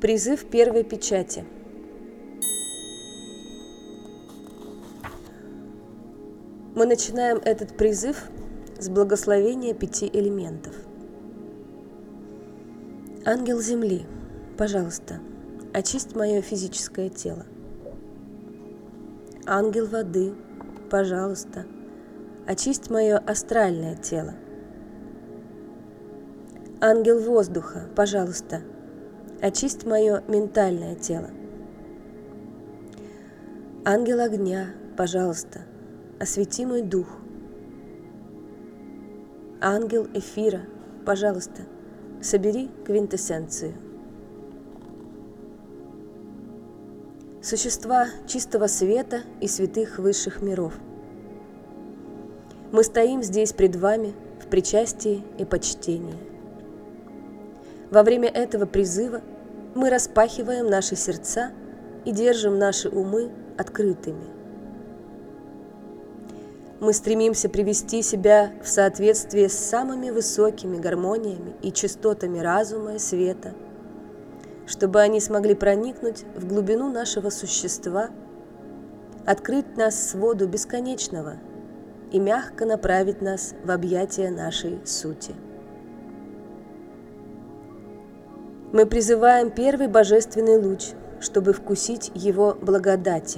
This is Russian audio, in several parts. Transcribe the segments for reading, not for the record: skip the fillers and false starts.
Призыв первой печати. Мы начинаем этот призыв с благословения 5 элементов. Ангел Земли, пожалуйста, очисть мое физическое тело. Ангел Воды, пожалуйста, очисть мое астральное тело. Ангел Воздуха, пожалуйста, очисть мое ментальное тело. Ангел Огня, пожалуйста, освети мой дух. Ангел Эфира, пожалуйста, собери квинтэссенцию. Существа чистого света и святых высших миров, мы стоим здесь пред вами в причастии и почтении. Во время этого призыва мы распахиваем наши сердца и держим наши умы открытыми. Мы стремимся привести себя в соответствие с самыми высокими гармониями и частотами разума и света, чтобы они смогли проникнуть в глубину нашего существа, открыть нас своду бесконечного и мягко направить нас в объятия нашей сути. Мы призываем первый божественный луч, чтобы вкусить его благодати.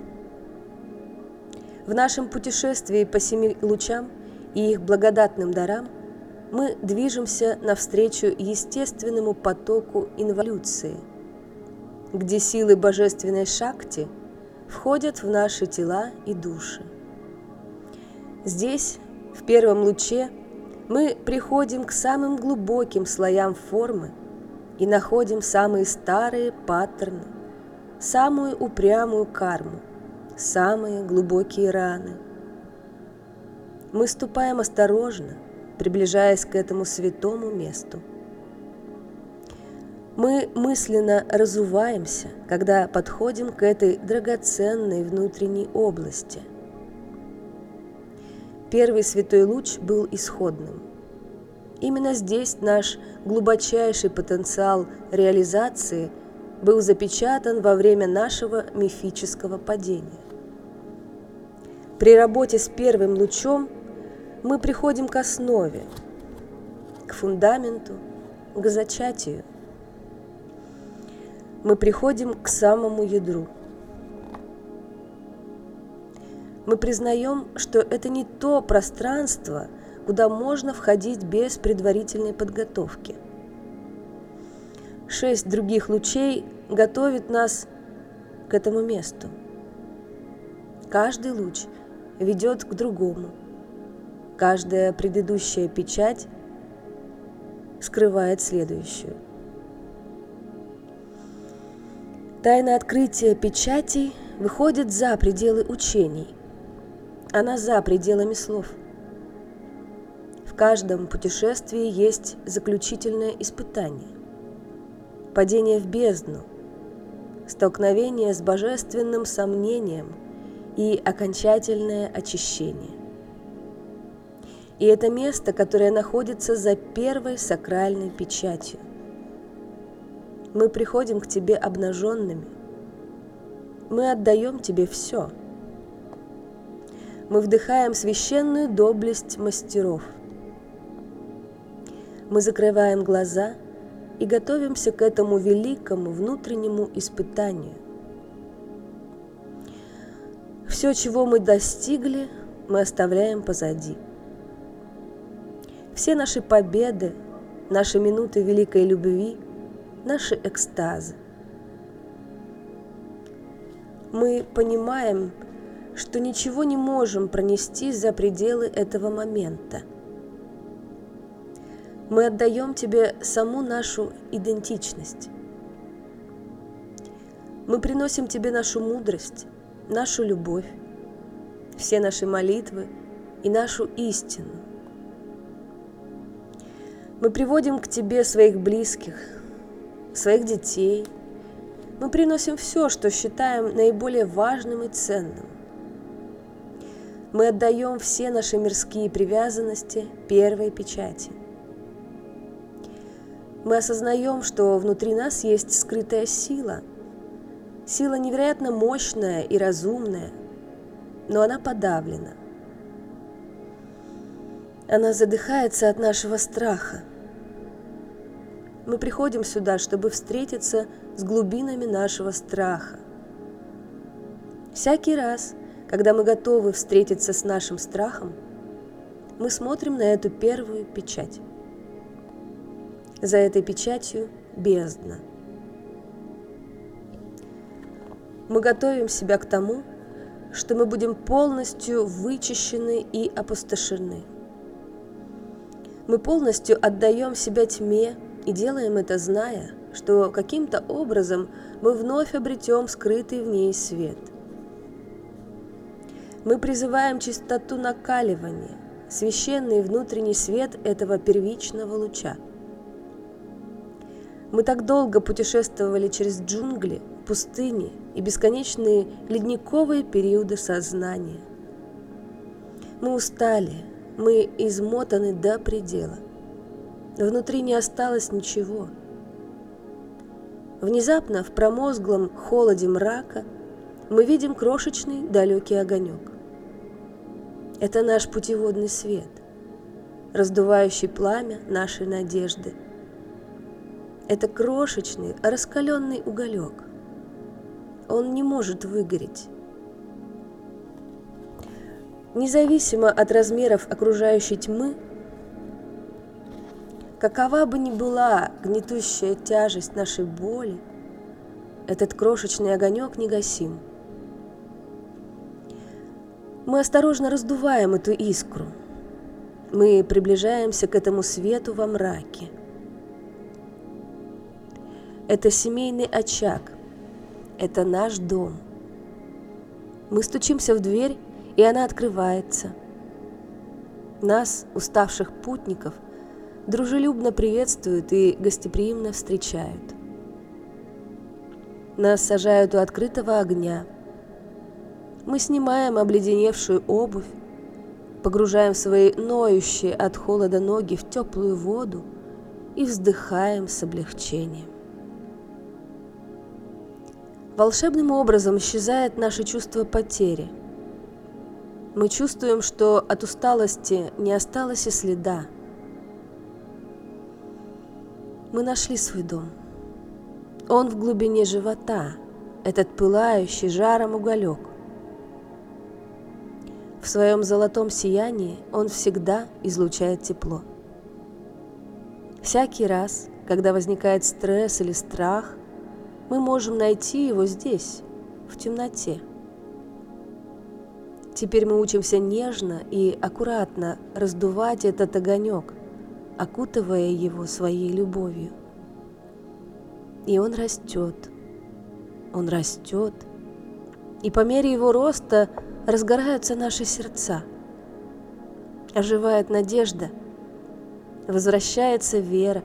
В нашем путешествии по 7 лучам и их благодатным дарам мы движемся навстречу естественному потоку инволюции, где силы божественной Шакти входят в наши тела и души. Здесь, в первом луче, мы приходим к самым глубоким слоям формы и находим самые старые паттерны, самую упрямую карму, самые глубокие раны. Мы ступаем осторожно, приближаясь к этому святому месту. Мы мысленно разуваемся, когда подходим к этой драгоценной внутренней области. Первый святой луч был исходным. Именно здесь наш глубочайший потенциал реализации был запечатан во время нашего мифического падения. При работе с первым лучом мы приходим к основе, к фундаменту, к зачатию. Мы приходим к самому ядру. Мы признаем, что это не то пространство, куда можно входить без предварительной подготовки. 6 других лучей готовят нас к этому месту. Каждый луч ведет к другому. Каждая предыдущая печать скрывает следующую. Тайна открытия печатей выходит за пределы учений. Она за пределами слов. В каждом путешествии есть заключительное испытание. Падение в бездну, столкновение с божественным сомнением и окончательное очищение. И это место, которое находится за первой сакральной печатью. Мы приходим к тебе обнаженными. Мы отдаем тебе все. Мы вдыхаем священную доблесть мастеров. Мы закрываем глаза и готовимся к этому великому внутреннему испытанию. Все, чего мы достигли, мы оставляем позади. Все наши победы, наши минуты великой любви, наши экстазы. Мы понимаем, что ничего не можем пронести за пределы этого момента. Мы отдаем тебе саму нашу идентичность. Мы приносим тебе нашу мудрость, нашу любовь, все наши молитвы и нашу истину. Мы приводим к тебе своих близких, своих детей. Мы приносим все, что считаем наиболее важным и ценным. Мы отдаем все наши мирские привязанности первой печати. Мы осознаем, что внутри нас есть скрытая сила. Сила невероятно мощная и разумная, но она подавлена. Она задыхается от нашего страха. Мы приходим сюда, чтобы встретиться с глубинами нашего страха. Всякий раз, когда мы готовы встретиться с нашим страхом, мы смотрим на эту первую печать. За этой печатью бездна. Мы готовим себя к тому, что мы будем полностью вычищены и опустошены. Мы полностью отдаем себя тьме и делаем это, зная, что каким-то образом мы вновь обретем скрытый в ней свет. Мы призываем чистоту накаливания, священный внутренний свет этого первичного луча. Мы так долго путешествовали через джунгли, пустыни и бесконечные ледниковые периоды сознания. Мы устали, мы измотаны до предела. Внутри не осталось ничего. Внезапно в промозглом холоде мрака мы видим крошечный далекий огонек. Это наш путеводный свет, раздувающий пламя нашей надежды. Это крошечный, раскаленный уголек. Он не может выгореть. Независимо от размеров окружающей тьмы, какова бы ни была гнетущая тяжесть нашей боли, этот крошечный огонек негасим. Мы осторожно раздуваем эту искру. Мы приближаемся к этому свету во мраке. Это семейный очаг. Это наш дом. Мы стучимся в дверь, и она открывается. Нас, уставших путников, дружелюбно приветствуют и гостеприимно встречают. Нас сажают у открытого огня. Мы снимаем обледеневшую обувь, погружаем свои ноющие от холода ноги в теплую воду и вздыхаем с облегчением. Волшебным образом исчезает наше чувство потери. Мы чувствуем, что от усталости не осталось и следа. Мы нашли свой дом. Он в глубине живота, этот пылающий жаром уголек. В своем золотом сиянии он всегда излучает тепло. Всякий раз, когда возникает стресс или страх, мы можем найти его здесь, в темноте. Теперь мы учимся нежно и аккуратно раздувать этот огонек, окутывая его своей любовью. И он растет, и по мере его роста разгораются наши сердца. Оживает надежда, возвращается вера.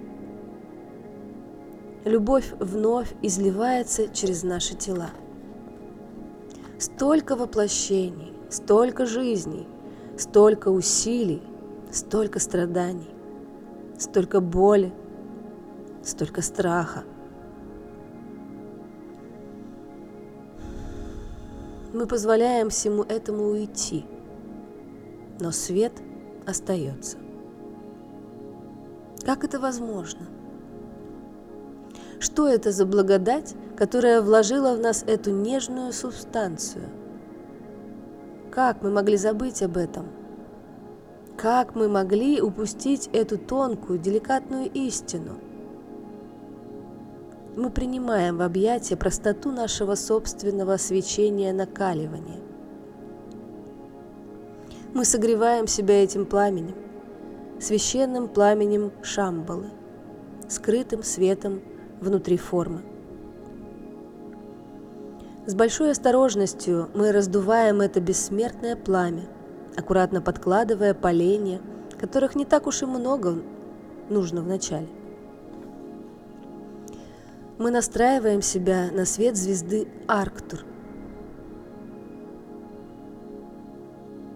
Любовь вновь изливается через наши тела. Столько воплощений, столько жизней, столько усилий, столько страданий, столько боли, столько страха. Мы позволяем всему этому уйти, но свет остается. Как это возможно? Что это за благодать, которая вложила в нас эту нежную субстанцию? Как мы могли забыть об этом? Как мы могли упустить эту тонкую, деликатную истину? Мы принимаем в объятия простоту нашего собственного свечения накаливания. Мы согреваем себя этим пламенем, священным пламенем Шамбалы, скрытым светом внутри формы. С большой осторожностью мы раздуваем это бессмертное пламя, аккуратно подкладывая поленья, которых не так уж и много нужно вначале. Мы настраиваем себя на свет звезды Арктур.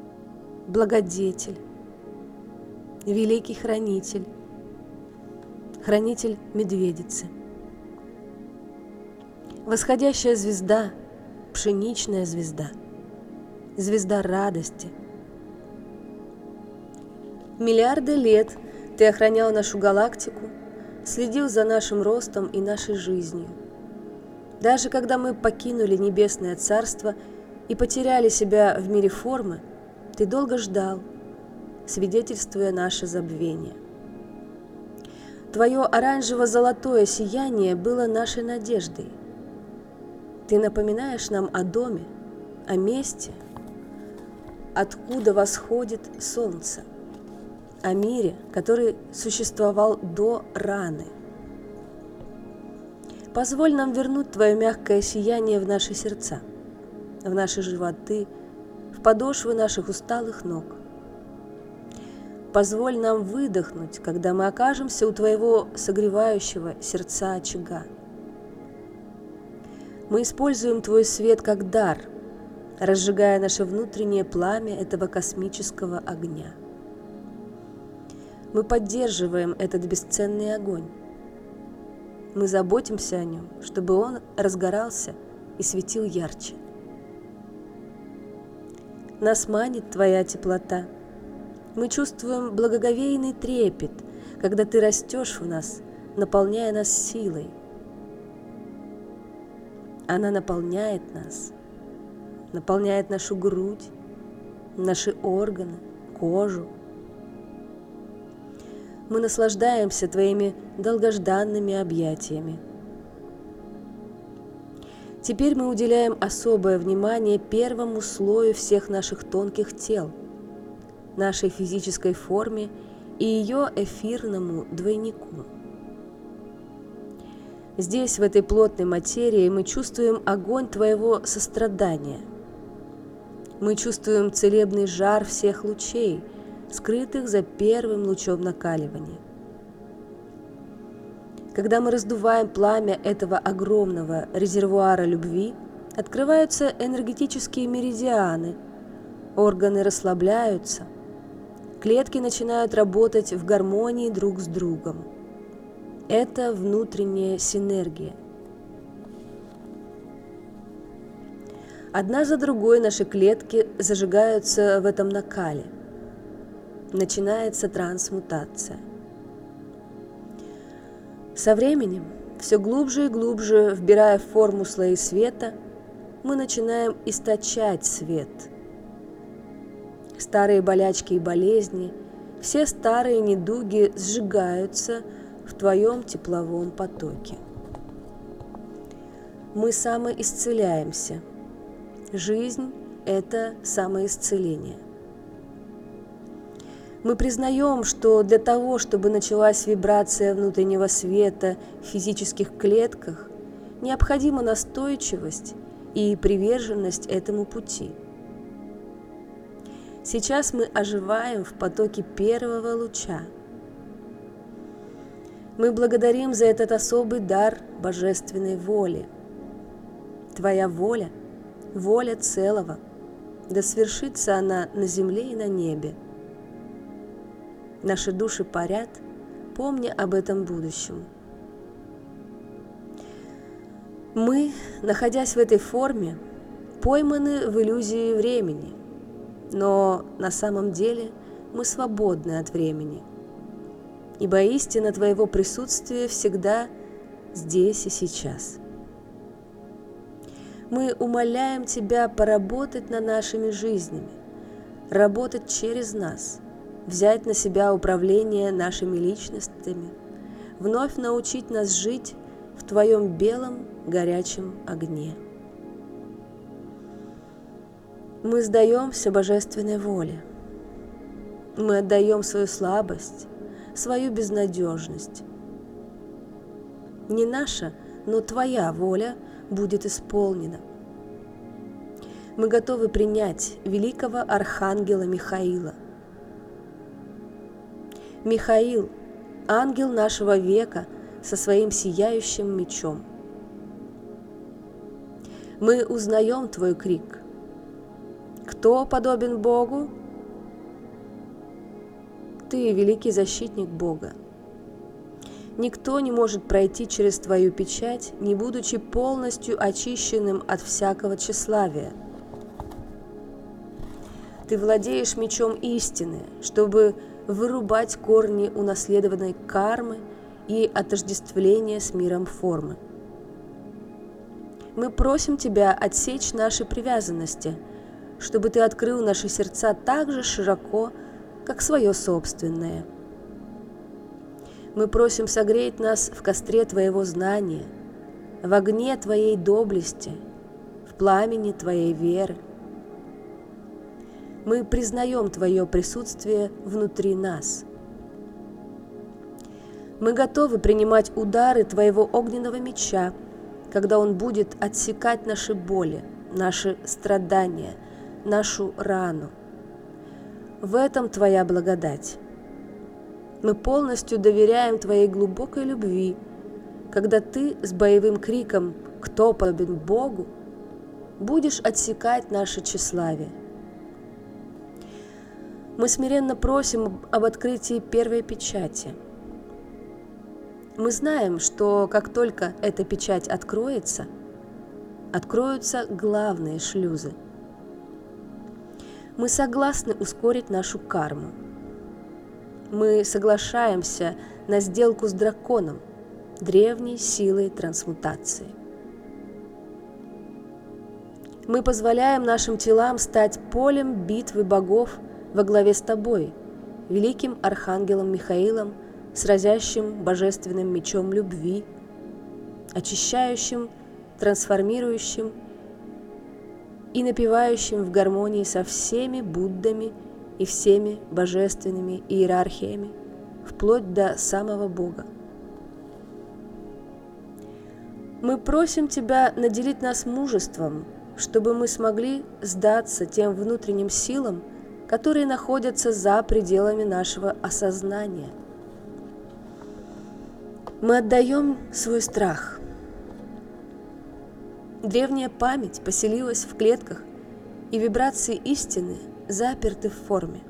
Благодетель, великий хранитель, хранитель медведицы. Восходящая звезда, пшеничная звезда, звезда радости. Миллиарды лет ты охранял нашу галактику, следил за нашим ростом и нашей жизнью. Даже когда мы покинули небесное царство и потеряли себя в мире формы, ты долго ждал, свидетельствуя наше забвение. Твое оранжево-золотое сияние было нашей надеждой. Ты напоминаешь нам о доме, о месте, откуда восходит солнце, о мире, который существовал до раны. Позволь нам вернуть Твое мягкое сияние в наши сердца, в наши животы, в подошвы наших усталых ног. Позволь нам выдохнуть, когда мы окажемся у Твоего согревающего сердца очага. Мы используем Твой свет как дар, разжигая наше внутреннее пламя этого космического огня. Мы поддерживаем этот бесценный огонь. Мы заботимся о нем, чтобы он разгорался и светил ярче. Нас манит Твоя теплота. Мы чувствуем благоговейный трепет, когда Ты растешь в нас, наполняя нас силой. Она наполняет нас, наполняет нашу грудь, наши органы, кожу. Мы наслаждаемся Твоими долгожданными объятиями. Теперь мы уделяем особое внимание первому слою всех наших тонких тел, нашей физической форме и ее эфирному двойнику. Здесь, в этой плотной материи, мы чувствуем огонь Твоего сострадания. Мы чувствуем целебный жар всех лучей, скрытых за первым лучом накаливания. Когда мы раздуваем пламя этого огромного резервуара любви, открываются энергетические меридианы, органы расслабляются, клетки начинают работать в гармонии друг с другом. Это внутренняя синергия. Одна за другой наши клетки зажигаются в этом накале. Начинается трансмутация. Со временем, все глубже и глубже вбирая в форму слои света, мы начинаем источать свет. Старые болячки и болезни, все старые недуги сжигаются в Твоем тепловом потоке. Мы самоисцеляемся. Жизнь – это самоисцеление. Мы признаем, что для того, чтобы началась вибрация внутреннего света в физических клетках, необходима настойчивость и приверженность этому пути. Сейчас мы оживаем в потоке первого луча. Мы благодарим за этот особый дар божественной воли. Твоя воля – воля целого, да свершится она на земле и на небе. Наши души парят, помня об этом будущем. Мы, находясь в этой форме, пойманы в иллюзии времени, но на самом деле мы свободны от времени, ибо истина Твоего присутствия всегда здесь и сейчас. Мы умоляем Тебя поработать над нашими жизнями, работать через нас, взять на себя управление нашими личностями, вновь научить нас жить в Твоем белом горячем огне. Мы сдаемся божественной воле. Мы отдаем свою слабость, свою безнадежность. Не наша, но Твоя воля будет исполнена. Мы готовы принять великого архангела Михаила. Михаил, ангел нашего века со своим сияющим мечом. Мы узнаем Твой крик. Кто подобен Богу? Ты великий защитник Бога. Никто не может пройти через твою печать, не будучи полностью очищенным от всякого тщеславия. Ты владеешь мечом истины, чтобы вырубать корни унаследованной кармы и отождествления с миром формы. Мы просим Тебя отсечь наши привязанности, чтобы Ты открыл наши сердца так же широко, как свое собственное. Мы просим согреть нас в костре Твоего знания, в огне Твоей доблести, в пламени Твоей веры. Мы признаем Твое присутствие внутри нас. Мы готовы принимать удары Твоего огненного меча, когда он будет отсекать наши боли, наши страдания, нашу рану. В этом Твоя благодать. Мы полностью доверяем Твоей глубокой любви, когда Ты с боевым криком «Кто подобен Богу?» будешь отсекать наше тщеславие. Мы смиренно просим об открытии первой печати. Мы знаем, что как только эта печать откроется, откроются главные шлюзы. Мы согласны ускорить нашу карму. Мы соглашаемся на сделку с драконом, древней силой трансмутации. Мы позволяем нашим телам стать полем битвы богов во главе с Тобой, великим архангелом Михаилом, с разящим божественным мечом любви, очищающим, трансформирующим и напевающим в гармонии со всеми Буддами и всеми божественными иерархиями, вплоть до самого Бога. Мы просим Тебя наделить нас мужеством, чтобы мы смогли сдаться тем внутренним силам, которые находятся за пределами нашего осознания. Мы отдаем свой страх. Древняя память поселилась в клетках, и вибрации истины заперты в форме.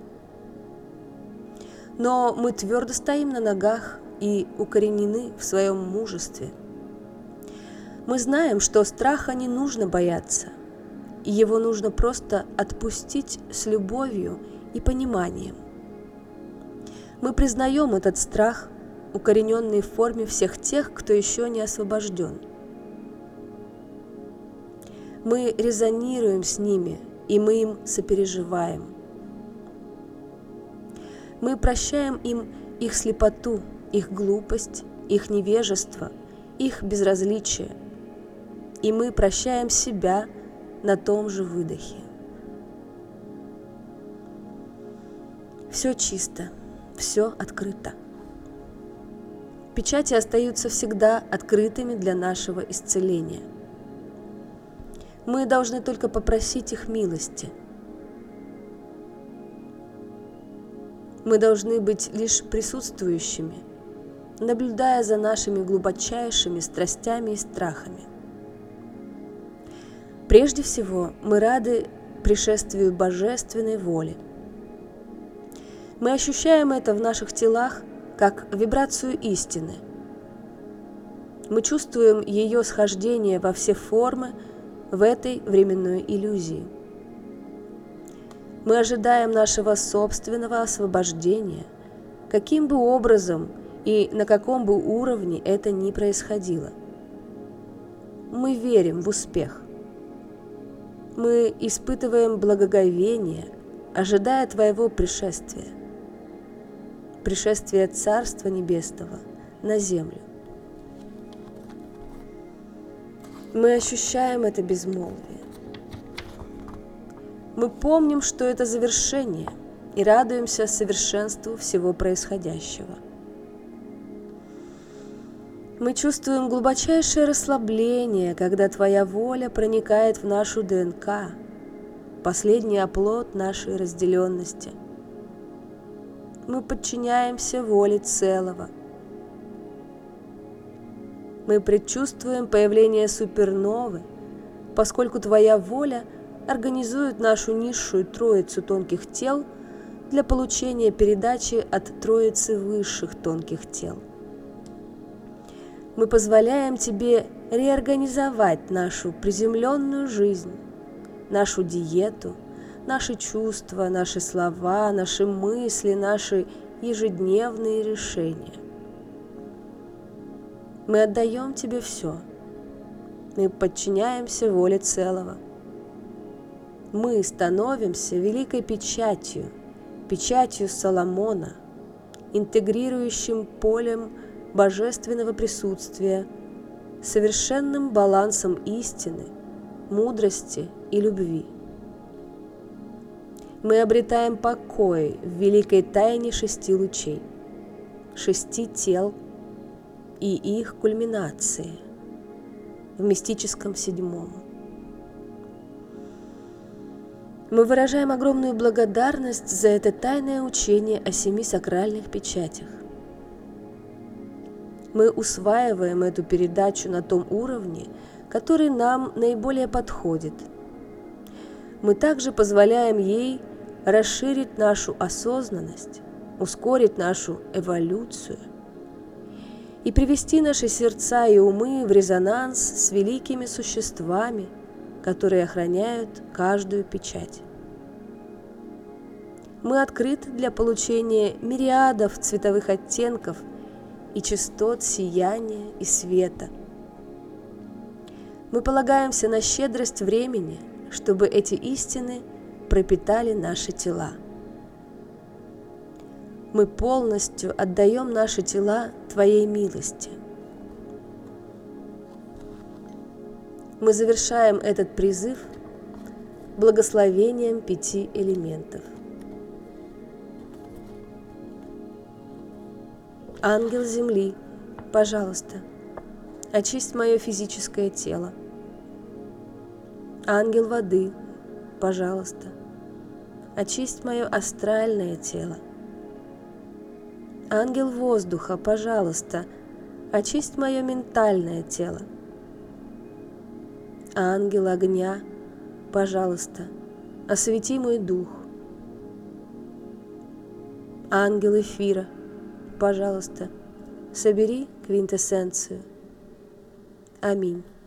Но мы твердо стоим на ногах и укоренены в своем мужестве. Мы знаем, что страха не нужно бояться, и его нужно просто отпустить с любовью и пониманием. Мы признаем этот страх, укорененный в форме всех тех, кто еще не освобожден. Мы резонируем с ними, и мы им сопереживаем. Мы прощаем им их слепоту, их глупость, их невежество, их безразличие, и мы прощаем себя на том же выдохе. Все чисто, все открыто. Печати остаются всегда открытыми для нашего исцеления. Мы должны только попросить их милости. Мы должны быть лишь присутствующими, наблюдая за нашими глубочайшими страстями и страхами. Прежде всего, мы рады пришествию божественной воли. Мы ощущаем это в наших телах как вибрацию истины. Мы чувствуем ее схождение во все формы в этой временной иллюзии. Мы ожидаем нашего собственного освобождения, каким бы образом и на каком бы уровне это ни происходило. Мы верим в успех. Мы испытываем благоговение, ожидая Твоего пришествия, пришествия Царства Небесного на землю. Мы ощущаем это безмолвие. Мы помним, что это завершение, и радуемся совершенству всего происходящего. Мы чувствуем глубочайшее расслабление, когда Твоя воля проникает в нашу ДНК, последний оплот нашей разделенности. Мы подчиняемся воле целого. Мы предчувствуем появление суперновы, поскольку Твоя воля организует нашу низшую троицу тонких тел для получения передачи от троицы высших тонких тел. Мы позволяем Тебе реорганизовать нашу приземленную жизнь, нашу диету, наши чувства, наши слова, наши мысли, наши ежедневные решения. Мы отдаем Тебе все. Мы подчиняемся воле целого. Мы становимся великой печатью, печатью Соломона, интегрирующим полем божественного присутствия, совершенным балансом истины, мудрости и любви. Мы обретаем покой в великой тайне 6 лучей, 6 тел и их кульминации в мистическом 7. Мы выражаем огромную благодарность за это тайное учение о 7 сакральных печатях. Мы усваиваем эту передачу на том уровне, который нам наиболее подходит. Мы также позволяем ей расширить нашу осознанность, ускорить нашу эволюцию и привести наши сердца и умы в резонанс с великими существами, которые охраняют каждую печать. Мы открыты для получения мириадов цветовых оттенков и частот сияния и света. Мы полагаемся на щедрость времени, чтобы эти истины пропитали наши тела. Мы полностью отдаем наши тела Твоей милости. Мы завершаем этот призыв благословением 5 элементов. Ангел земли, пожалуйста, очисть мое физическое тело. Ангел воды, пожалуйста, очисть мое астральное тело. Ангел воздуха, пожалуйста, очисть мое ментальное тело. Ангел огня, пожалуйста, освети мой дух. Ангел эфира, пожалуйста, собери квинтэссенцию. Аминь.